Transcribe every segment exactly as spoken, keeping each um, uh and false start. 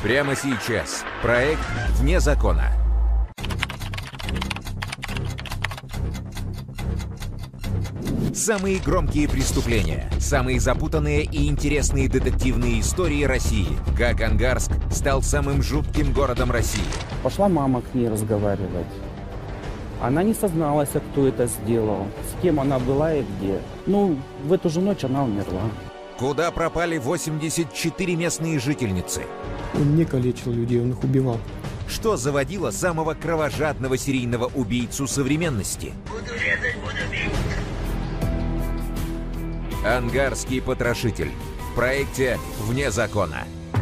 Прямо сейчас. Проект «Вне закона». Самые громкие преступления, самые запутанные и интересные детективные истории России. Как Ангарск стал самым жутким городом России. Пошла мама к ней разговаривать. Она не созналась, кто это сделал, с кем она была и где. Ну, в эту же ночь она умерла. Куда пропали восемьдесят четыре местные жительницы? Он не калечил людей, он их убивал. Что заводило самого кровожадного серийного убийцу современности? Буду резать, буду бить. Ангарский потрошитель. В проекте «Вне закона».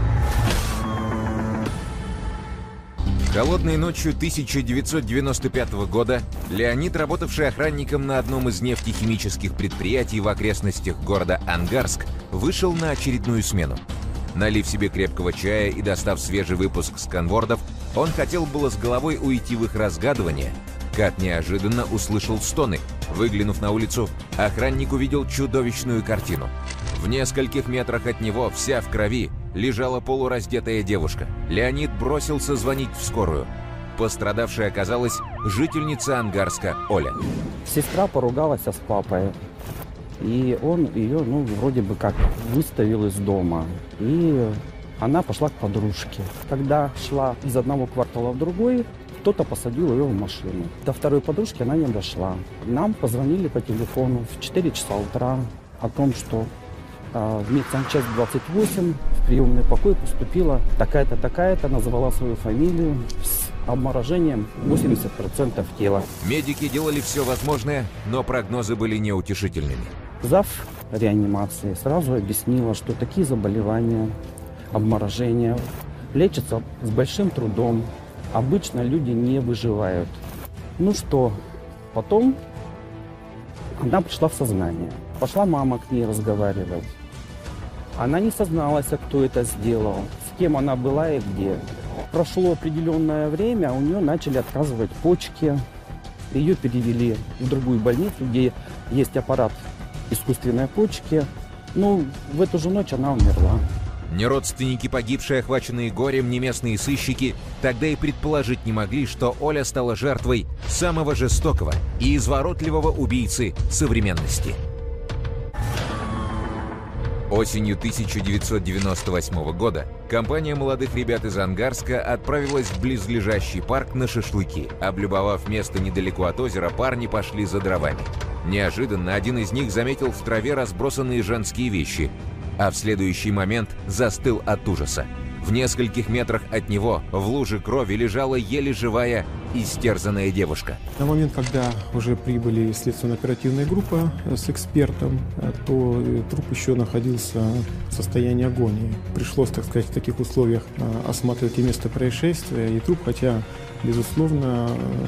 Холодной ночью тысяча девятьсот девяносто пятого года Леонид, работавший охранником на одном из нефтехимических предприятий в окрестностях города Ангарск, вышел на очередную смену. Налив себе крепкого чая и достав свежий выпуск сканвордов, он хотел было с головой уйти в их разгадывание, как неожиданно услышал стоны. Выглянув на улицу, охранник увидел чудовищную картину. В нескольких метрах от него, вся в крови, лежала полураздетая девушка. Леонид бросился звонить в скорую. Пострадавшей оказалась жительница Ангарска Оля. Сестра поругалась с папой. И он ее, ну, вроде бы как выставил из дома. И она пошла к подружке. Когда шла из одного квартала в другой, кто-то посадил ее в машину. До второй подружки она не дошла. Нам позвонили по телефону в четыре часа утра о том, что э, в медсанчасть двадцать восемь в приемный покой поступила такая-то, такая-то, назвала свою фамилию с обморожением восемьдесят процентов тела. Медики делали все возможное, но прогнозы были неутешительными. Зав. Реанимации сразу объяснила, что такие заболевания, обморожения лечатся с большим трудом. Обычно люди не выживают. Ну что, потом она пришла в сознание. Пошла мама к ней разговаривать. Она не созналась, кто это сделал, с кем она была и где. Прошло определенное время, у нее начали отказывать почки. Ее перевели в другую больницу, где есть аппарат искусственной почки. Ну, в эту же ночь она умерла. Ни родственники погибшей, охваченные горем, ни местные сыщики тогда и предположить не могли, что Оля стала жертвой самого жестокого и изворотливого убийцы современности. Осенью тысяча девятьсот девяносто восьмого года компания молодых ребят из Ангарска отправилась в близлежащий парк на шашлыки. Облюбовав место недалеко от озера, парни пошли за дровами. Неожиданно один из них заметил в траве разбросанные женские вещи, а в следующий момент застыл от ужаса. В нескольких метрах от него в луже крови лежала еле живая, истерзанная девушка. На момент, когда уже прибыли следственно-оперативная группа с экспертом, то труп еще находился в состоянии агонии. Пришлось, так сказать, в таких условиях осматривать и место происшествия, и труп, хотя, безусловно,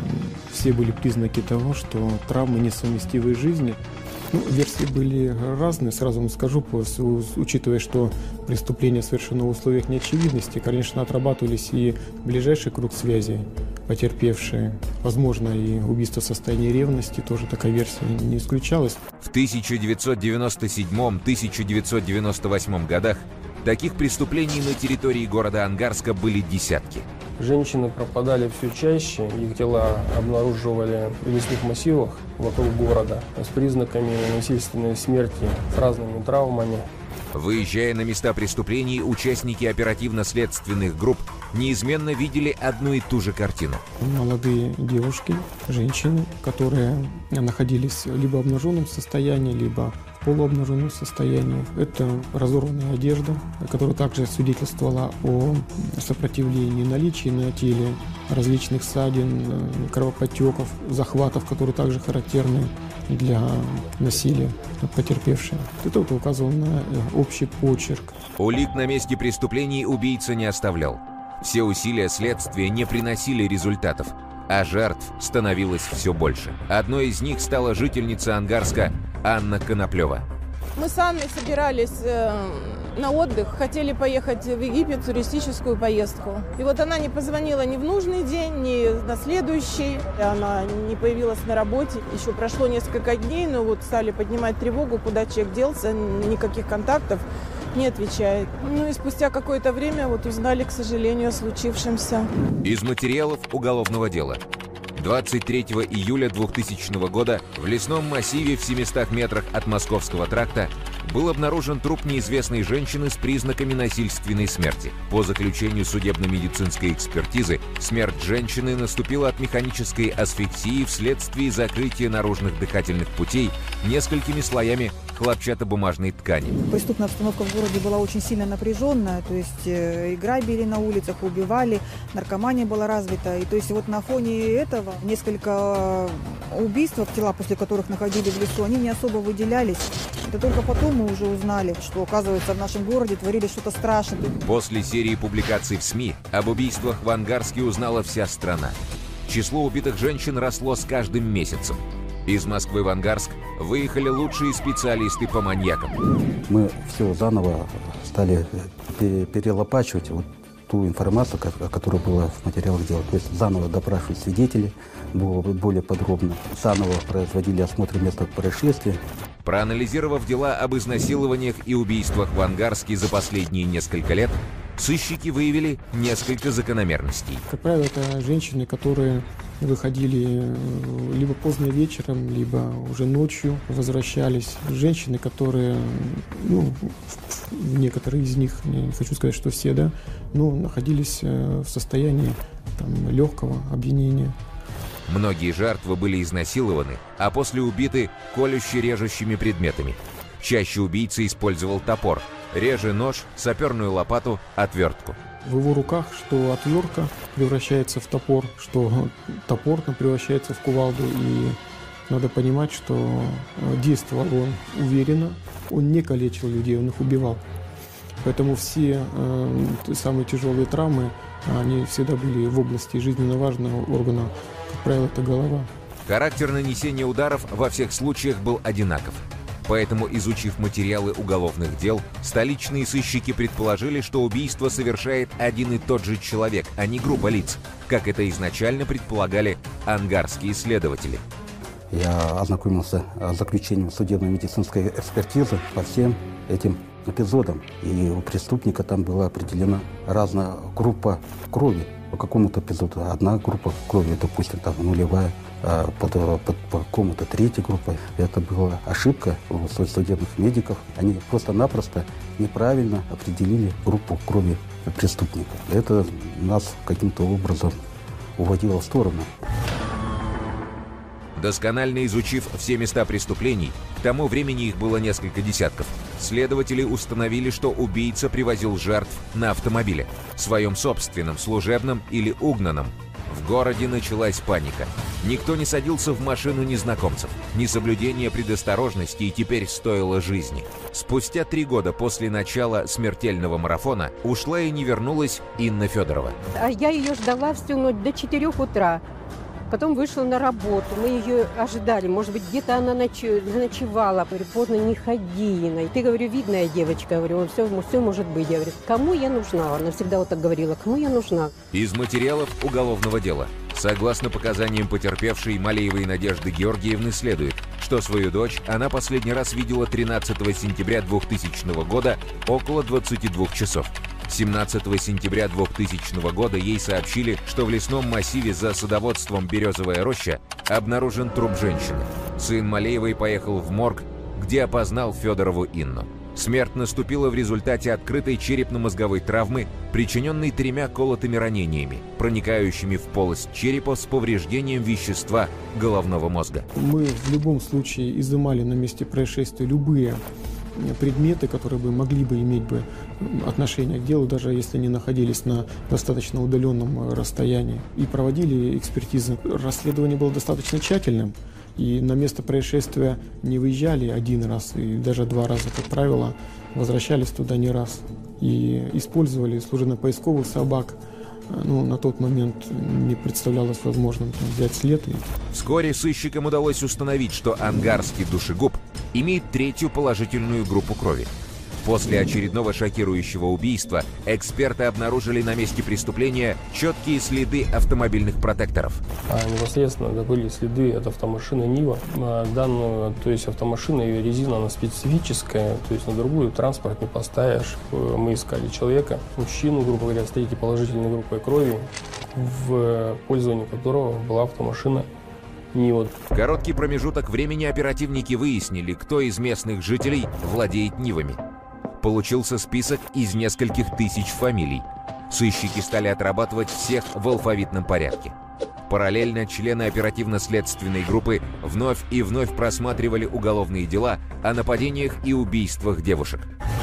все были признаки того, что травмы несовместимы с жизнью. Ну, версии были разные, сразу вам скажу, учитывая, что преступление совершено в условиях неочевидности, конечно, отрабатывались и ближайший круг связи потерпевшие. Возможно, и убийство в состоянии ревности, тоже такая версия не исключалась. В тысяча девятьсот девяносто седьмом — тысяча девятьсот девяносто восьмом годах таких преступлений на территории города Ангарска были десятки. Женщины пропадали все чаще, их тела обнаруживали в лесных массивах вокруг города с признаками насильственной смерти, с разными травмами. Выезжая на места преступлений, участники оперативно-следственных групп неизменно видели одну и ту же картину. Молодые девушки, женщины, которые находились либо в обнаженном состоянии, либо в полуобнаженном состоянии. Это разорванная одежда, которая также свидетельствовала о сопротивлении, наличии на теле различных ссадин, кровоподтеков, захватов, которые также характерны для насилия над потерпевшим. Это вот указывало на общий почерк. Улик на месте преступлений убийца не оставлял. Все усилия следствия не приносили результатов, а жертв становилось все больше. Одной из них стала жительница Ангарска Анна Коноплева. Мы с Анной собирались э, на отдых, хотели поехать в Египет, в туристическую поездку. И вот она не позвонила ни в нужный день, ни на следующий. Она не появилась на работе. Еще прошло несколько дней, но вот стали поднимать тревогу, куда человек делся, никаких контактов. не отвечает. Ну и спустя какое-то время вот узнали, к сожалению, о случившемся. Из материалов уголовного дела. двадцать третьего июля двухтысячного года в лесном массиве в семистах метрах от Московского тракта был обнаружен труп неизвестной женщины с признаками насильственной смерти. По заключению судебно-медицинской экспертизы, смерть женщины наступила от механической асфиксии вследствие закрытия наружных дыхательных путей несколькими слоями хлопчатобумажной ткани. Преступная обстановка в городе была очень сильно напряженная, то есть и грабили на улицах, убивали, наркомания была развита. И то есть вот на фоне этого несколько убийств, тела после которых находили в лесу, они не особо выделялись. Это только потом мы уже узнали, что, оказывается, в нашем городе творились что-то страшное. После серии публикаций в СМИ об убийствах в Ангарске узнала вся страна. Число убитых женщин росло с каждым месяцем. Из Москвы в Ангарск выехали лучшие специалисты по маньякам. Мы все заново стали перелопачивать вот ту информацию, которая была в материалах дела. То есть заново допрашивать свидетелей, было более подробно. Заново производили осмотр места происшествия. Проанализировав дела об изнасилованиях и убийствах в Ангарске за последние несколько лет, сыщики выявили несколько закономерностей. Как правило, это женщины, которые выходили либо поздно вечером, либо уже ночью возвращались. Женщины, которые, ну, некоторые из них, не хочу сказать, что все, да, но находились в состоянии там, легкого опьянения. Многие жертвы были изнасилованы, а после убиты колюще-режущими предметами. Чаще убийца использовал топор, реже нож, саперную лопату, отвертку. В его руках что отвертка превращается в топор, что топор превращается в кувалду. И надо понимать, что действовал он уверенно, он не калечил людей, он их убивал. Поэтому все э, самые тяжелые травмы, они всегда были в области жизненно важного органа, как правило, это голова. Характер нанесения ударов во всех случаях был одинаков. Поэтому, изучив материалы уголовных дел, столичные сыщики предположили, что убийство совершает один и тот же человек, а не группа лиц, как это изначально предполагали ангарские следователи. Я ознакомился с заключением судебно-медицинской экспертизы по всем этим эпизодам. И у преступника там была определена разная группа крови. По какому-то эпизоду одна группа крови, допустим, там нулевая, а по, по, по какому-то третья группа. Это была ошибка у судебных медиков. Они просто-напросто неправильно определили группу крови преступника. Это нас каким-то образом уводило в сторону. Досконально изучив все места преступлений, к тому времени их было несколько десятков, следователи установили, что убийца привозил жертв на автомобиле, своем собственном, служебном или угнанном. В городе началась паника. Никто не садился в машину незнакомцев. Несоблюдение предосторожности теперь стоило жизни. Спустя три года после начала смертельного марафона ушла и не вернулась Инна Федорова. А я ее ждала всю ночь до четырёх утра. Потом вышла на работу, мы ее ожидали, может быть, где-то она ноч- ночевала. Говорю, поздно не ходи, Инна. Ты, говорю, видная девочка, говорю, все, все может быть. Я говорю, кому я нужна? Она всегда вот так говорила, кому я нужна? Из материалов уголовного дела. Согласно показаниям потерпевшей Малеевой Надежды Георгиевны следует, что свою дочь она последний раз видела тринадцатого сентября двухтысячного года около двадцати двух часов. семнадцатого сентября двухтысячного года ей сообщили, что в лесном массиве за садоводством «Березовая роща» обнаружен труп женщины. Сын Малеевой поехал в морг, где опознал Федорову Инну. Смерть наступила в результате открытой черепно-мозговой травмы, причиненной тремя колотыми ранениями, проникающими в полость черепа с повреждением вещества головного мозга. Мы в любом случае изымали на месте происшествия любые предметы, которые бы могли бы иметь бы отношение к делу, даже если они находились на достаточно удаленном расстоянии. И проводили экспертизы. Расследование было достаточно тщательным. И на место происшествия не выезжали один раз, и даже два раза, как правило, возвращались туда не раз. И использовали служебно-поисковых собак. Ну, на тот момент не представлялось возможным там, взять след. И... Вскоре сыщикам удалось установить, что ангарский душегуб имеет третью положительную группу крови. После очередного шокирующего убийства эксперты обнаружили на месте преступления четкие следы автомобильных протекторов. А непосредственно это были следы от автомашины Нива. Данную, то есть автомашина, ее резина, она специфическая, то есть на другую транспорт не поставишь. Мы искали человека, мужчину, грубо говоря, с третьей положительной группой крови, в пользовании которого была автомашина Нива. В короткий промежуток времени оперативники выяснили, кто из местных жителей владеет Нивами. Получился список из нескольких тысяч фамилий. Сыщики стали отрабатывать всех в алфавитном порядке. Параллельно члены оперативно-следственной группы вновь и вновь просматривали уголовные дела о нападениях и убийствах девушек.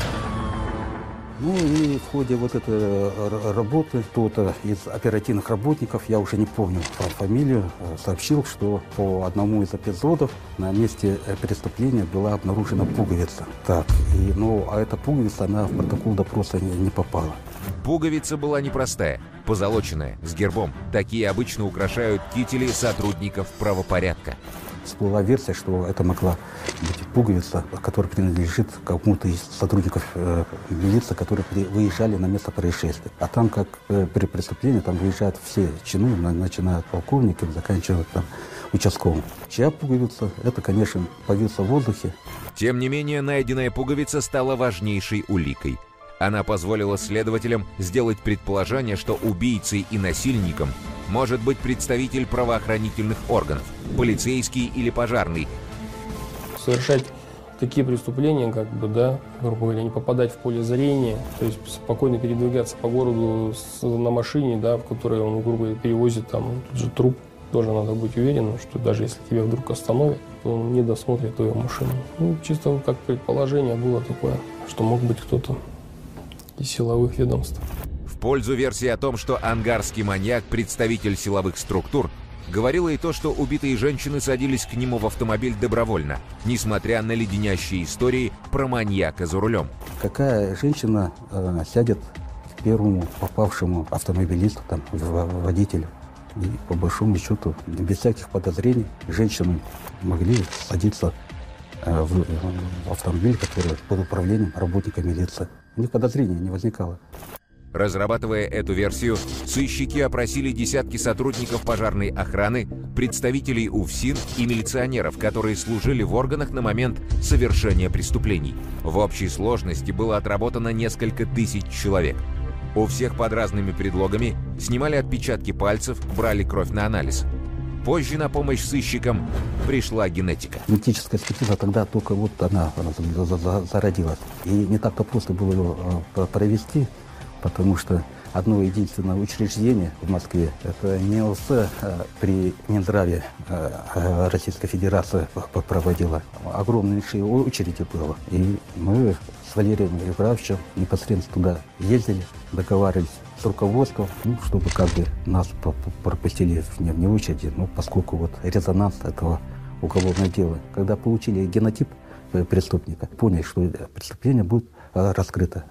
Ну и в ходе вот этой работы кто-то из оперативных работников, я уже не помню фамилию, сообщил, что по одному из эпизодов на месте преступления была обнаружена пуговица. Так, и, ну, а эта пуговица, она в протокол допроса не, не попала. Пуговица была непростая, позолоченная, с гербом. Такие обычно украшают кители сотрудников правопорядка. Всплыла версия, что это могла быть пуговица, которая принадлежит кому-то из сотрудников э, милиции, которые при, выезжали на место происшествия. А там, как э, при преступлении, там выезжают все чины, начиная от полковника, заканчивая там участковым. Чья пуговица, это, конечно, повисло в воздухе. Тем не менее, найденная пуговица стала важнейшей уликой. Она позволила следователям сделать предположение, что убийцей и насильником может быть представитель правоохранительных органов, полицейский или пожарный. Совершать такие преступления, как бы, да, грубо говоря, не попадать в поле зрения, то есть спокойно передвигаться по городу с, на машине, да, в которой он, грубо говоря, перевозит там тот же труп. Тоже надо быть уверенным, что даже если тебя вдруг остановят, то он не досмотрит твою машину. Ну, чисто как предположение было такое, что мог быть кто-то из силовых ведомств. В пользу версии о том, что ангарский маньяк – представитель силовых структур, говорило и то, что убитые женщины садились к нему в автомобиль добровольно, несмотря на леденящие истории про маньяка за рулем. Какая женщина э, сядет к первому попавшему автомобилисту, там, водителю? И по большому счету, без всяких подозрений, женщины могли садиться э, в, в автомобиль, который под управлением работника милиции. У них подозрений не возникало. Разрабатывая эту версию, сыщики опросили десятки сотрудников пожарной охраны, представителей УФСИН и милиционеров, которые служили в органах на момент совершения преступлений. В общей сложности было отработано несколько тысяч человек. У всех под разными предлогами снимали отпечатки пальцев, брали кровь на анализ. Позже на помощь сыщикам пришла генетика. Генетическая экспертиза тогда только вот она зародилась. И не так-то просто было ее провести, потому что одно единственное учреждение в Москве, это НИЛС при Минздраве Российской Федерации проводила. Огромнейшие очереди было. И мы с Валерием Евграфовичем непосредственно туда ездили, договаривались с руководством, ну, чтобы как бы нас пропустили вне очереди, ну, поскольку вот резонанс этого уголовного дела. Когда получили генотип преступника, поняли, что преступление будет раскрыто.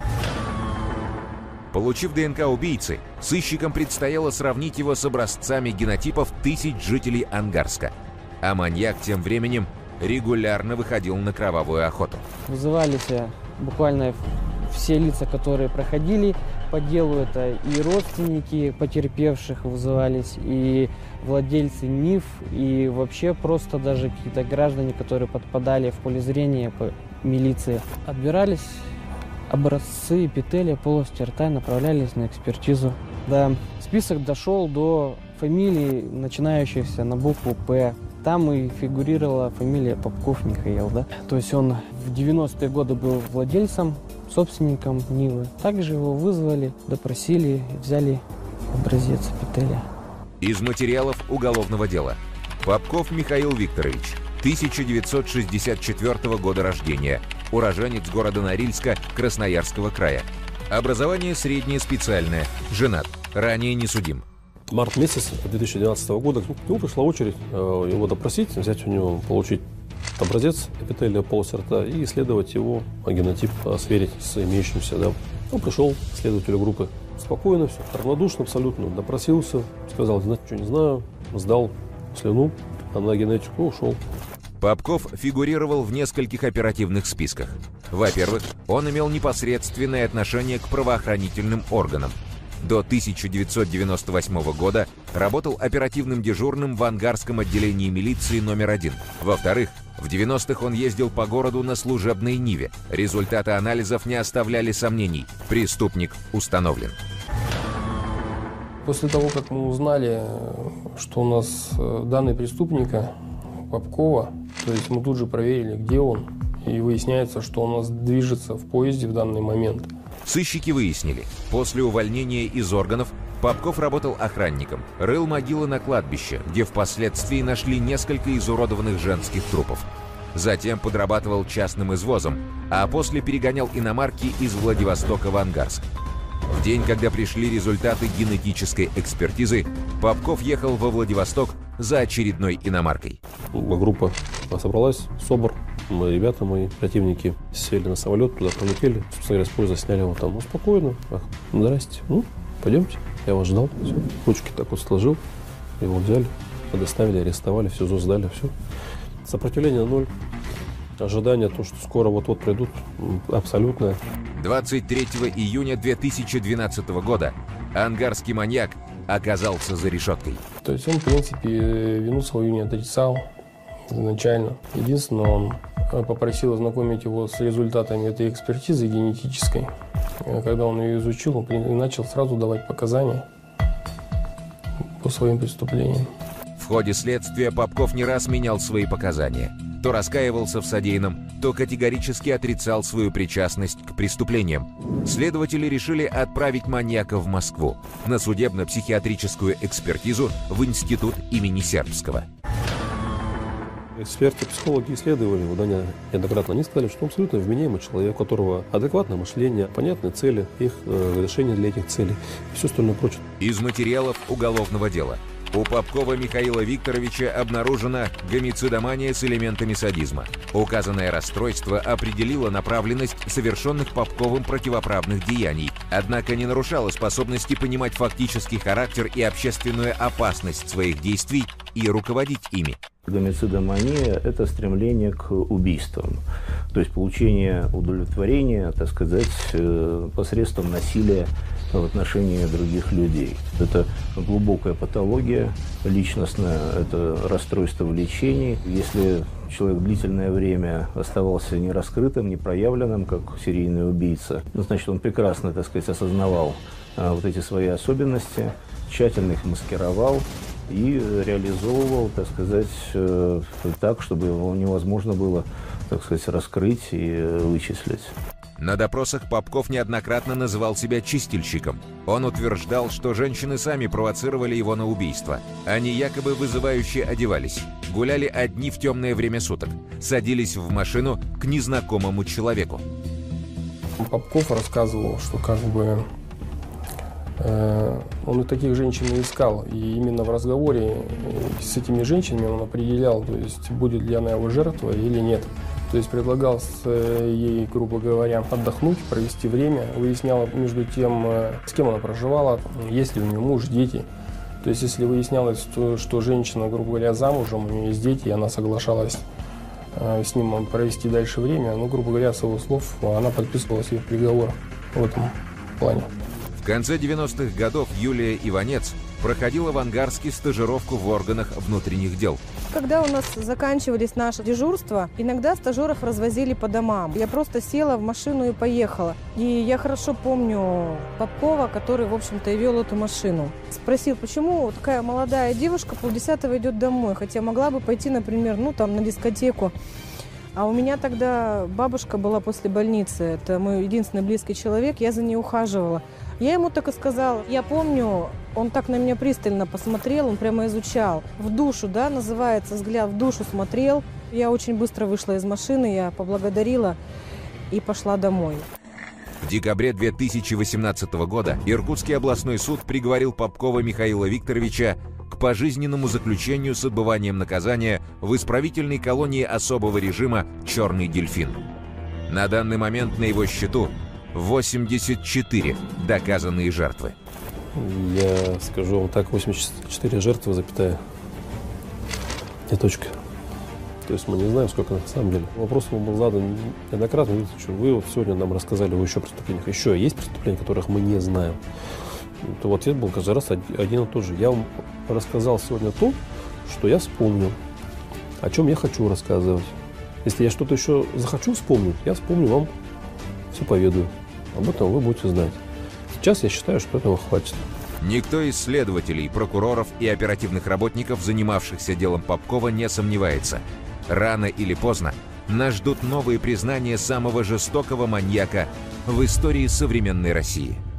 Получив ДНК убийцы, сыщикам предстояло сравнить его с образцами генотипов тысяч жителей Ангарска. А маньяк тем временем регулярно выходил на кровавую охоту. Вызывались буквально все лица, которые проходили по делу. Это и родственники потерпевших вызывались, и владельцы НИФ, и вообще просто даже какие-то граждане, которые подпадали в поле зрения по милиции. Отбирались образцы эпителия полости рта, направлялись на экспертизу. Да, список дошел до фамилии, начинающихся на букву «П». Там и фигурировала фамилия Попков Михаил, да. То есть он в девяностые годы был владельцем, собственником Нивы. Также его вызвали, допросили, взяли образец эпителия. Из материалов уголовного дела. Попков Михаил Викторович, тысяча девятьсот шестьдесят четвёртого года рождения, уроженец города Норильска Красноярского края. Образование среднее специальное, женат, ранее не судим. Март месяц две тысячи двенадцатого года к нему пришла очередь э, его допросить, взять у него, получить образец эпителия полости рта и исследовать его генотип, э, сверить с имеющимся. Да. Он пришел к следователю группы спокойно, все, равнодушно абсолютно, допросился, сказал, знать ничего не знаю, сдал слюну, а на генетику ушел. Попков фигурировал в нескольких оперативных списках. Во-первых, он имел непосредственное отношение к правоохранительным органам. До тысяча девятьсот девяносто восьмого года работал оперативным дежурным в Ангарском отделении милиции номер один. Во-вторых, в девяностых он ездил по городу на служебной Ниве. Результаты анализов не оставляли сомнений. Преступник установлен. После того, как мы узнали, что у нас данные преступника Попкова, то есть мы тут же проверили, где он, и выясняется, что он у нас движется в поезде в данный момент. Сыщики выяснили, после увольнения из органов Попков работал охранником, рыл могилы на кладбище, где впоследствии нашли несколько изуродованных женских трупов. Затем подрабатывал частным извозом, а после перегонял иномарки из Владивостока в Ангарск. В день, когда пришли результаты генетической экспертизы, Попков ехал во Владивосток за очередной иномаркой. Группа собралась, СОБР, мы, ребята, мои противники, сели на самолет, туда пролетели, собственно говоря, с поезда сняли его там. Ну, спокойно, ах, здрасте, ну, пойдемте, я вас ждал, все. Ручки так вот сложил, его взяли, доставили, арестовали, все, ЗОС сдали, все. Сопротивление ноль. Ожидание, то, что скоро вот-вот придут, абсолютно. двадцать третьего июня две тысячи двенадцатого года ангарский маньяк оказался за решеткой. То есть он, в принципе, вину свою не отрицал изначально. Единственное, он попросил ознакомить его с результатами этой экспертизы генетической. Когда он ее изучил, он начал сразу давать показания по своим преступлениям. В ходе следствия Попков не раз менял свои показания. То раскаивался в содеянном, то категорически отрицал свою причастность к преступлениям. Следователи решили отправить маньяка в Москву на судебно-психиатрическую экспертизу в институт имени Сербского. Эксперты, психологи исследовали его, да, неоднократно. Они сказали, что он абсолютно вменяемый человек, у которого адекватное мышление, понятные цели, их э, решения для этих целей и все остальное прочее. Из материалов уголовного дела. У Попкова Михаила Викторовича обнаружена гомицидомания с элементами садизма. Указанное расстройство определило направленность совершенных Попковым противоправных деяний, однако не нарушало способности понимать фактический характер и общественную опасность своих действий и руководить ими. Гомицидомания – это стремление к убийствам, то есть получение удовлетворения, так сказать, посредством насилия в отношении других людей. Это глубокая патология личностная, это расстройство влечений. Если человек длительное время оставался нераскрытым, непроявленным, как серийный убийца, ну, значит, он прекрасно, так сказать, осознавал а, вот эти свои особенности, тщательно их маскировал и реализовывал, так сказать, э, так, чтобы его невозможно было, так сказать, раскрыть и вычислить. На допросах Попков неоднократно называл себя чистильщиком. Он утверждал, что женщины сами провоцировали его на убийство. Они якобы вызывающе одевались, гуляли одни в темное время суток, садились в машину к незнакомому человеку. Попков рассказывал, что как бы э, он и таких женщин и искал. И именно в разговоре с этими женщинами он определял, то есть будет ли она его жертвой или нет. То есть предлагал с ей, грубо говоря, отдохнуть, провести время, выяснял между тем, с кем она проживала, есть ли у нее муж, дети. То есть если выяснялось, что, что женщина, грубо говоря, замужем, у нее есть дети, и она соглашалась э, с ним провести дальше время, ну, грубо говоря, с его слов, она подписывала себе приговор в этом плане. В конце девяностых годов Юлия Иванец проходила в Ангарске стажировку в органах внутренних дел. Когда у нас заканчивались наши дежурства, иногда стажеров развозили по домам. Я просто села в машину и поехала. И я хорошо помню Попкова, который, в общем-то, и вел эту машину. Спросил, почему такая молодая девушка полдесятого идет домой, хотя могла бы пойти, например, ну там на дискотеку. А у меня тогда бабушка была после больницы. Это мой единственный близкий человек, я за ней ухаживала. Я ему так и сказала. Я помню, он так на меня пристально посмотрел, он прямо изучал. В душу, да, называется, взгляд в душу смотрел. Я очень быстро вышла из машины, я поблагодарила и пошла домой. В декабре две тысячи восемнадцатого года Иркутский областной суд приговорил Попкова Михаила Викторовича к пожизненному заключению с отбыванием наказания в исправительной колонии особого режима «Черный дельфин». На данный момент на его счету восемьдесят четыре доказанные жертвы. Я скажу вам так, восемьдесят четыре жертвы, запятая, и точка. То то есть мы не знаем, сколько на самом деле. Вопрос ему был задан неоднократно. Вы вот сегодня нам рассказали о еще преступлениях. Еще есть преступления, которых мы не знаем. То ответ был каждый раз один и тот же. Я вам рассказал сегодня то, что я вспомнил, о чем я хочу рассказывать. Если я что-то еще захочу вспомнить, я вспомню вам, все поведаю. Об этом вы будете знать. Сейчас я считаю, что этого хватит. Никто из следователей, прокуроров и оперативных работников, занимавшихся делом Попкова, не сомневается. Рано или поздно нас ждут новые признания самого жестокого маньяка в истории современной России.